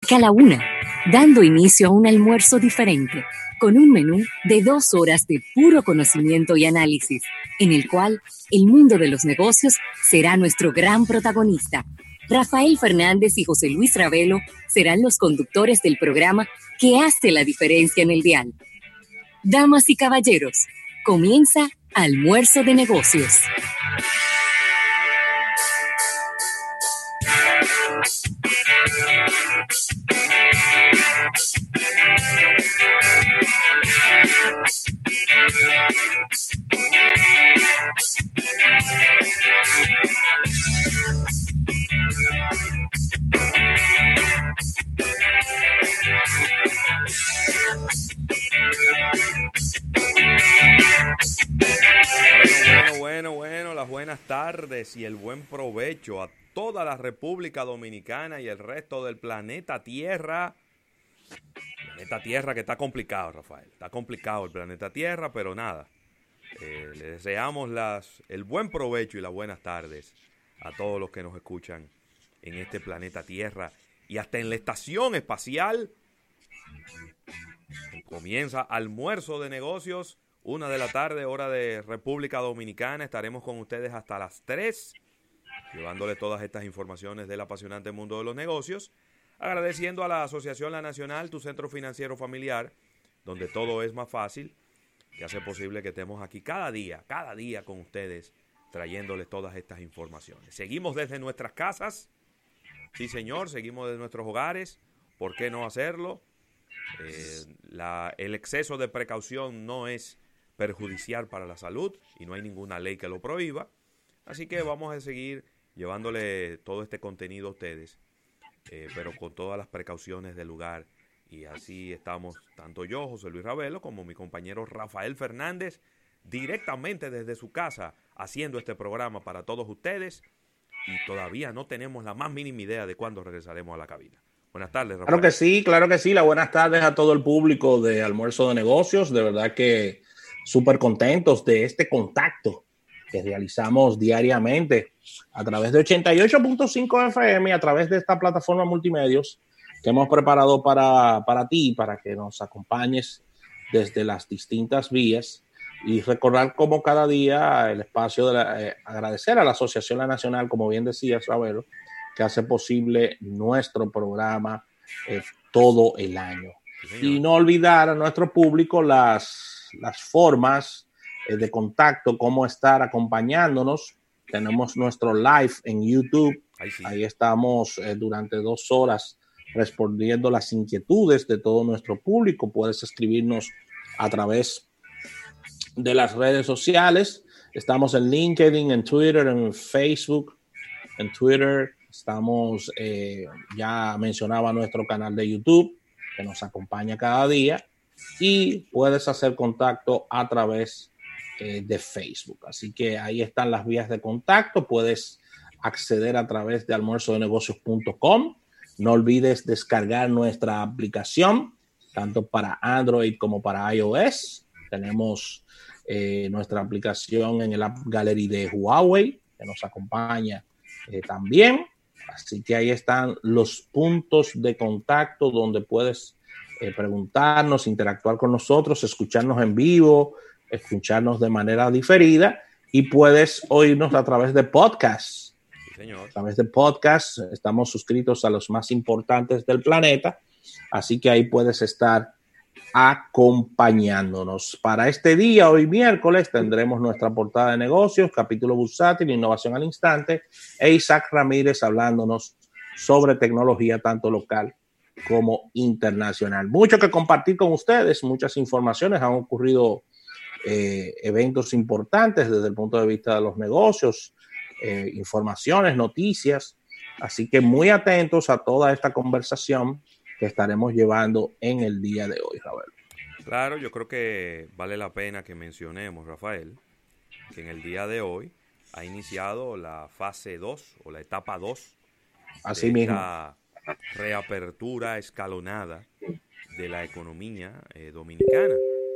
marca la 1, dando inicio a un almuerzo diferente, con un menú de 2 horas de puro conocimiento y análisis, en el cual el mundo de los negocios será nuestro gran protagonista. Rafael Fernández y José Luis Ravelo serán los conductores del programa que hace la diferencia en el dial. Damas y caballeros, comienza Almuerzo de Negocios. Bueno, las buenas tardes y el buen provecho a toda la República Dominicana y el resto del planeta Tierra. Planeta Tierra que está complicado, Rafael. Está complicado el planeta Tierra, pero nada. Le deseamos el buen provecho y las buenas tardes a todos los que nos escuchan en este planeta Tierra y hasta en la estación espacial. Comienza Almuerzo de Negocios, 1 de la tarde, hora de República Dominicana. Estaremos con ustedes hasta las 3, llevándoles todas estas informaciones del apasionante mundo de los negocios. Agradeciendo a la Asociación La Nacional, tu centro financiero familiar, donde todo es más fácil, que hace posible que estemos aquí cada día con ustedes, trayéndoles todas estas informaciones. Seguimos desde nuestras casas, sí señor, seguimos desde nuestros hogares, ¿por qué no hacerlo? El exceso de precaución no es perjudicial para la salud y no hay ninguna ley que lo prohíba, así que vamos a seguir llevándole todo este contenido a ustedes, pero con todas las precauciones del lugar. Y así estamos, tanto yo, José Luis Ravelo, como mi compañero Rafael Fernández, directamente desde su casa, haciendo este programa para todos ustedes. Y todavía no tenemos la más mínima idea de cuándo regresaremos a la cabina. Buenas tardes, Rafael. Claro que sí. Las buenas tardes a todo el público de Almuerzo de Negocios. De verdad que súper contentos de este contacto que realizamos diariamente a través de 88.5 FM, a través de esta plataforma multimedios que hemos preparado para ti, para que nos acompañes desde las distintas vías y recordar como cada día el espacio de agradecer a la Asociación La Nacional, como bien decías, Ravelo, que hace posible nuestro programa todo el año. Sí, y no olvidar a nuestro público las formas de contacto, cómo estar acompañándonos. Tenemos nuestro live en YouTube. Ahí estamos durante 2 horas respondiendo las inquietudes de todo nuestro público. Puedes escribirnos a través de las redes sociales. Estamos en LinkedIn, en Twitter, en Facebook, en Twitter. Estamos, ya mencionaba nuestro canal de YouTube, que nos acompaña cada día. Y puedes hacer contacto a través de Facebook. Así que ahí están las vías de contacto. Puedes acceder a través de almuerzodenegocios.com. No olvides descargar nuestra aplicación, tanto para Android como para iOS. Tenemos nuestra aplicación en el App Gallery de Huawei, que nos acompaña también. Así que ahí están los puntos de contacto donde puedes preguntarnos, interactuar con nosotros, escucharnos en vivo, escucharnos de manera diferida y puedes oírnos a través de podcasts. A través de podcast, estamos suscritos a los más importantes del planeta, así que ahí puedes estar acompañándonos. Para este día, hoy miércoles, tendremos nuestra portada de negocios, capítulo bursátil, innovación al instante, e Isaac Ramírez hablándonos sobre tecnología tanto local como internacional. Mucho que compartir con ustedes, muchas informaciones, han ocurrido eventos importantes desde el punto de vista de los negocios, informaciones, noticias, así que muy atentos a toda esta conversación que estaremos llevando en el día de hoy, Rafael. Claro, yo creo que vale la pena que mencionemos, Rafael, que en el día de hoy ha iniciado la fase 2 o la etapa 2 Así mismo. Esta reapertura escalonada de la economía dominicana.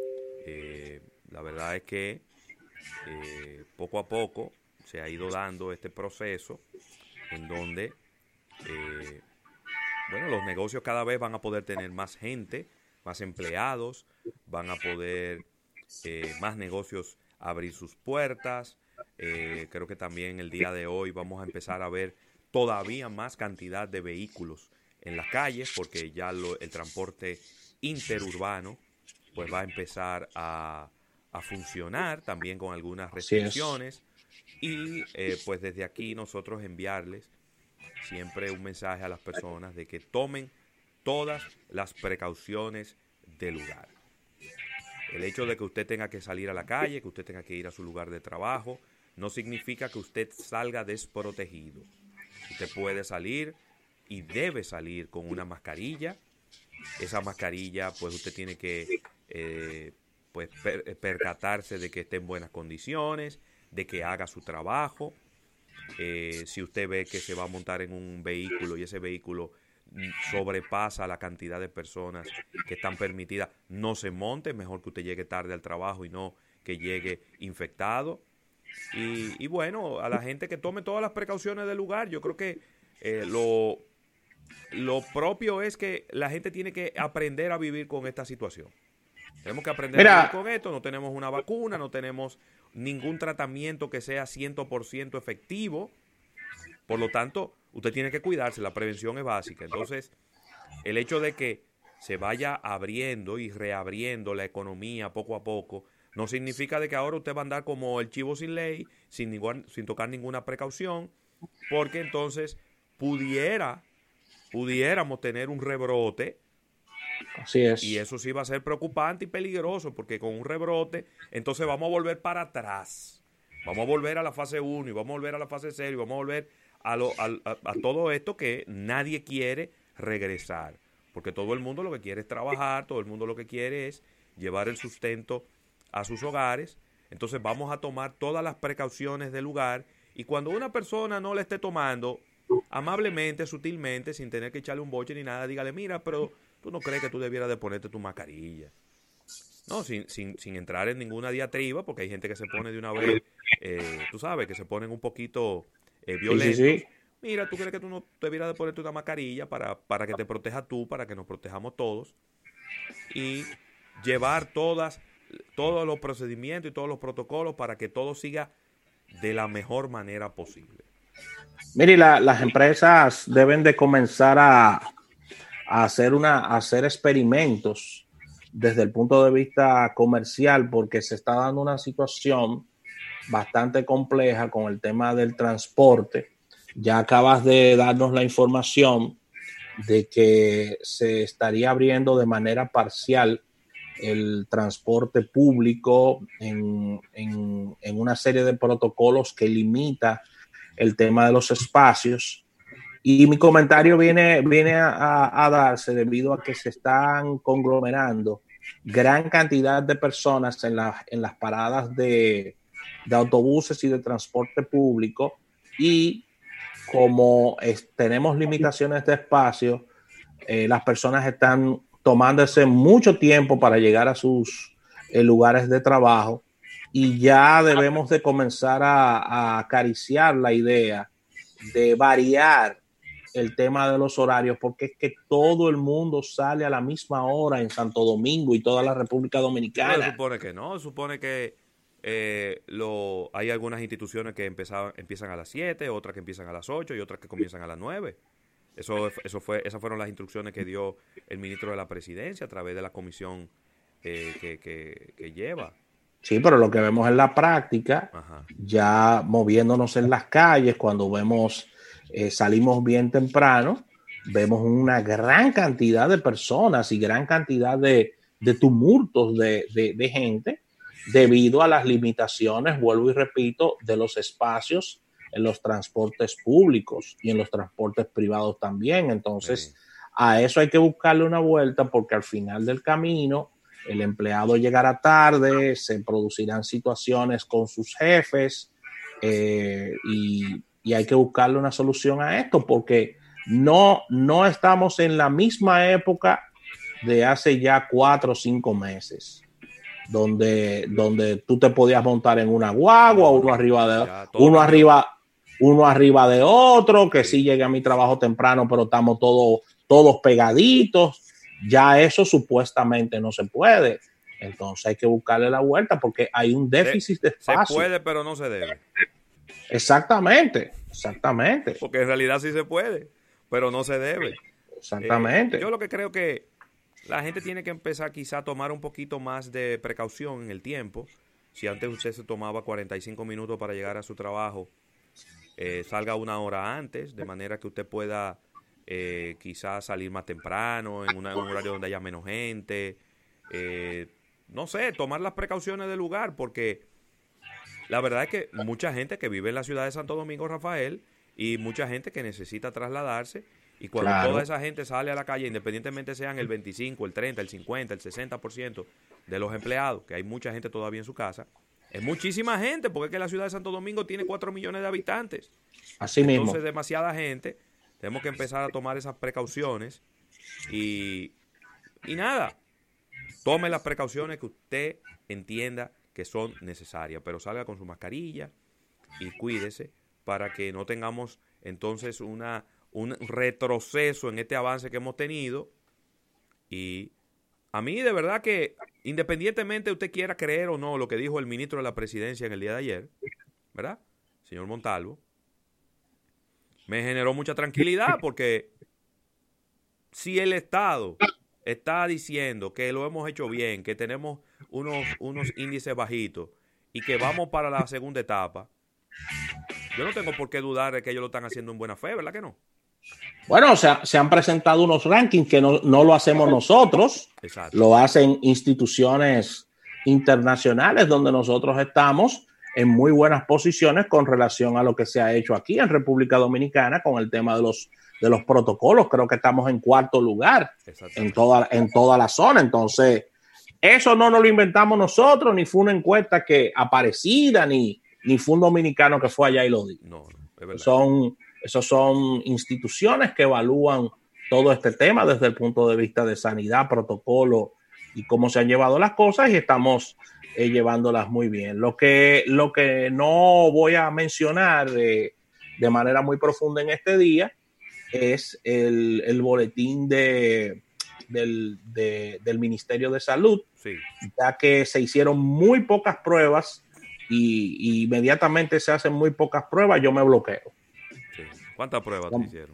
La verdad es que poco a poco se ha ido dando este proceso en donde bueno, los negocios cada vez van a poder tener más gente, más empleados, van a poder más negocios abrir sus puertas. Creo que también el día de hoy vamos a empezar a ver todavía más cantidad de vehículos en las calles, porque ya el transporte interurbano pues va a empezar a funcionar también con algunas restricciones. Y pues desde aquí nosotros enviarles siempre un mensaje a las personas de que tomen todas las precauciones del lugar. El hecho de que usted tenga que salir a la calle, que usted tenga que ir a su lugar de trabajo, no significa que usted salga desprotegido. Usted puede salir y debe salir con una mascarilla. Esa mascarilla, pues usted tiene que pues percatarse de que esté en buenas condiciones, de que haga su trabajo. Si usted ve que se va a montar en un vehículo y ese vehículo sobrepasa la cantidad de personas que están permitidas, no se monte. Mejor que usted llegue tarde al trabajo y no que llegue infectado. Y bueno, a la gente que tome todas las precauciones del lugar. Yo creo que lo propio es que la gente tiene que aprender a vivir con esta situación. Tenemos que aprender a vivir con esto. No tenemos una vacuna, no tenemos ningún tratamiento que sea 100% efectivo. Por lo tanto, usted tiene que cuidarse. La prevención es básica. Entonces, el hecho de que se vaya abriendo y reabriendo la economía poco a poco no significa de que ahora usted va a andar como el chivo sin ley, sin tocar ninguna precaución, porque entonces pudiéramos tener un rebrote. Así es. Y eso sí va a ser preocupante y peligroso, porque con un rebrote, entonces vamos a volver para atrás. Vamos a volver a la fase 1 y vamos a volver a la fase 0 y vamos a volver a todo esto que nadie quiere regresar. Porque todo el mundo lo que quiere es trabajar, todo el mundo lo que quiere es llevar el sustento a sus hogares. Entonces vamos a tomar todas las precauciones del lugar, y cuando una persona no le esté tomando, amablemente, sutilmente, sin tener que echarle un boche ni nada, dígale: mira, pero tú no crees que tú debieras de ponerte tu mascarilla. No, sin entrar en ninguna diatriba, porque hay gente que se pone de una vez, tú sabes, que se ponen un poquito violentos. Sí. Mira, tú crees que tú no debieras de ponerte una mascarilla para que te proteja tú, para que nos protejamos todos, y llevar todos los procedimientos y todos los protocolos para que todo siga de la mejor manera posible. Mire, las empresas deben de comenzar a hacer experimentos desde el punto de vista comercial, porque se está dando una situación bastante compleja con el tema del transporte. Ya acabas de darnos la información de que se estaría abriendo de manera parcial el transporte público en una serie de protocolos que limita el tema de los espacios. Y mi comentario viene a darse debido a que se están conglomerando gran cantidad de personas en las paradas de autobuses y de transporte público, y como tenemos limitaciones de espacio, las personas están tomándose mucho tiempo para llegar a sus lugares de trabajo, y ya debemos de comenzar a acariciar la idea de variar el tema de los horarios, porque es que todo el mundo sale a la misma hora en Santo Domingo y toda la República Dominicana. Pero supone que no, supone que hay algunas instituciones que empiezan a las 7, otras que empiezan a las 8 y otras que comienzan a las 9. Esas fueron las instrucciones que dio el ministro de la Presidencia a través de la comisión que lleva. Sí, pero lo que vemos en la práctica, ya moviéndonos en las calles, cuando salimos bien temprano, vemos una gran cantidad de personas y gran cantidad de tumultos de gente, debido a las limitaciones, vuelvo y repito, de los espacios en los transportes públicos y en los transportes privados también. Entonces, a eso hay que buscarle una vuelta, porque al final del camino el empleado llegará tarde, se producirán situaciones con sus jefes, y hay que buscarle una solución a esto, porque no estamos en la misma época de hace ya 4 o 5 meses, donde tú te podías montar en una guagua, uno arriba de otro, que sí llegué a mi trabajo temprano, pero estamos todos todos pegaditos. Ya eso supuestamente no se puede. Entonces hay que buscarle la vuelta porque hay un déficit de espacio. Se puede, pero no se debe. Exactamente. Porque en realidad sí se puede, pero no se debe. Exactamente. Yo lo que creo que la gente tiene que empezar quizá a tomar un poquito más de precaución en el tiempo. Si antes usted se tomaba 45 minutos para llegar a su trabajo, salga una hora antes, de manera que usted pueda quizás salir más temprano, en un horario donde haya menos gente. No sé, tomar las precauciones del lugar, porque la verdad es que mucha gente que vive en la ciudad de Santo Domingo, Rafael, y mucha gente que necesita trasladarse, y cuando toda esa gente sale a la calle, independientemente sean el 25, el 30, el 50, el 60% de los empleados, que hay mucha gente todavía en su casa, es muchísima gente, porque es que la ciudad de Santo Domingo tiene 4 millones de habitantes. Así mismo. Entonces, demasiada gente. Tenemos que empezar a tomar esas precauciones y nada, tome las precauciones que usted entienda que son necesarias, pero salga con su mascarilla y cuídese para que no tengamos entonces un retroceso en este avance que hemos tenido. Y a mí de verdad que independientemente usted quiera creer o no lo que dijo el ministro de la Presidencia en el día de ayer, ¿verdad? Señor Montalvo, me generó mucha tranquilidad, porque si el Estado está diciendo que lo hemos hecho bien, que tenemos unos índices bajitos y que vamos para la segunda etapa, yo no tengo por qué dudar de que ellos lo están haciendo en buena fe, ¿verdad que no? Bueno, o sea, se han presentado unos rankings que no lo hacemos nosotros. Exacto. Lo hacen instituciones internacionales donde nosotros estamos en muy buenas posiciones con relación a lo que se ha hecho aquí en República Dominicana con el tema de los protocolos. Creo que estamos en 4º lugar en toda la zona. Entonces, eso no nos lo inventamos nosotros, ni fue una encuesta que aparecida, ni fue un dominicano que fue allá y lo dijo. No, es verdad. Esos son instituciones que evalúan todo este tema desde el punto de vista de sanidad, protocolo y cómo se han llevado las cosas, y estamos llevándolas muy bien. Lo que no voy a mencionar de manera muy profunda en este día es el boletín del Ministerio de Salud, sí, ya que se hicieron muy pocas pruebas y inmediatamente se hacen muy pocas pruebas, yo me bloqueo. Sí. ¿Cuántas pruebas te hicieron?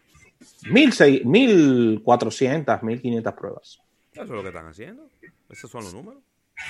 1.400, 1.500 pruebas. Eso es lo que están haciendo. Esos son los números.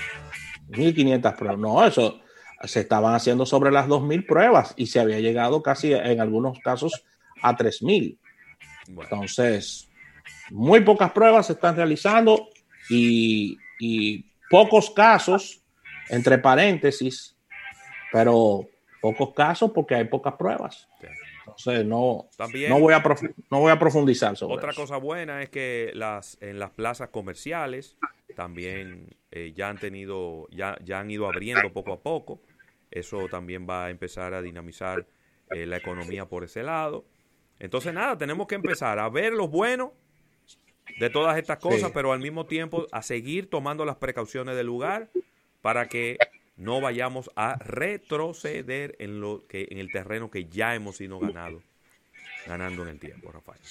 1.500 pruebas. No, eso se estaban haciendo sobre las 2.000 pruebas y se había llegado casi en algunos casos a 3.000. Bueno. Entonces, muy pocas pruebas se están realizando y pocos casos, entre paréntesis, pero pocos casos porque hay pocas pruebas. Sí. Entonces, no voy a profundizar sobre otra eso. Cosa buena es que en las plazas comerciales también ya han ido abriendo poco a poco. Eso también va a empezar a dinamizar la economía por ese lado. Entonces, nada, tenemos que empezar a ver lo bueno de todas estas cosas, sí, pero al mismo tiempo a seguir tomando las precauciones del lugar para que no vayamos a retroceder en el terreno que ya hemos ido ganando en el tiempo, Rafael.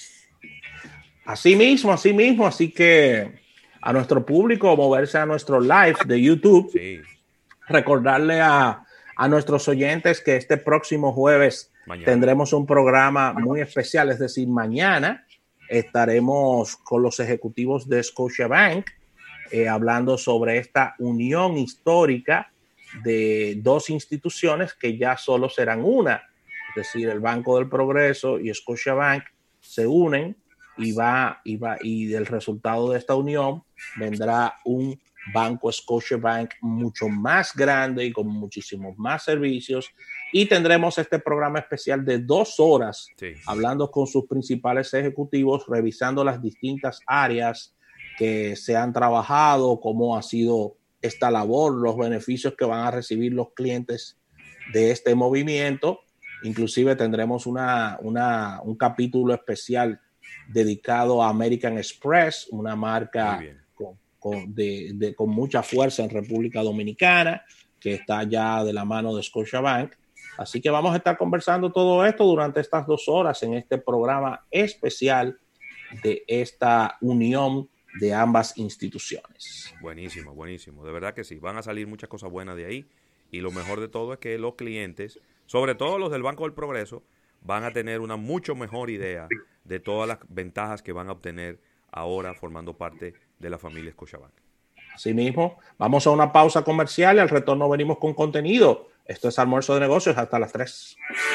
Así mismo, así que a nuestro público moverse a nuestro live de YouTube, sí, recordarle a nuestros oyentes que este próximo jueves tendremos un programa muy especial, es decir, mañana estaremos con los ejecutivos de Scotiabank hablando sobre esta unión histórica de dos instituciones que ya solo serán una, es decir, el Banco del Progreso y Scotiabank se unen y del resultado de esta unión vendrá un Banco Scotiabank mucho más grande y con muchísimos más servicios, y tendremos este programa especial de 2 horas, sí, hablando con sus principales ejecutivos, revisando las distintas áreas que se han trabajado, cómo ha sido esta labor, los beneficios que van a recibir los clientes de este movimiento. Inclusive tendremos un capítulo especial dedicado a American Express, una marca con mucha fuerza en República Dominicana, que está ya de la mano de Scotiabank. Así que vamos a estar conversando todo esto durante estas 2 horas en este programa especial de esta unión de ambas instituciones. Buenísimo, buenísimo. De verdad que sí. Van a salir muchas cosas buenas de ahí. Y lo mejor de todo es que los clientes, sobre todo los del Banco del Progreso, van a tener una mucho mejor idea de todas las ventajas que van a obtener ahora formando parte de la familia Scotiabank. Asimismo, vamos a una pausa comercial y al retorno venimos con contenido. Esto es Almuerzo de Negocios hasta las 3.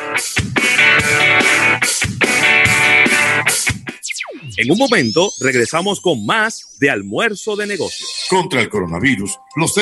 En un momento regresamos con más de Almuerzo de Negocios. Contra el coronavirus, los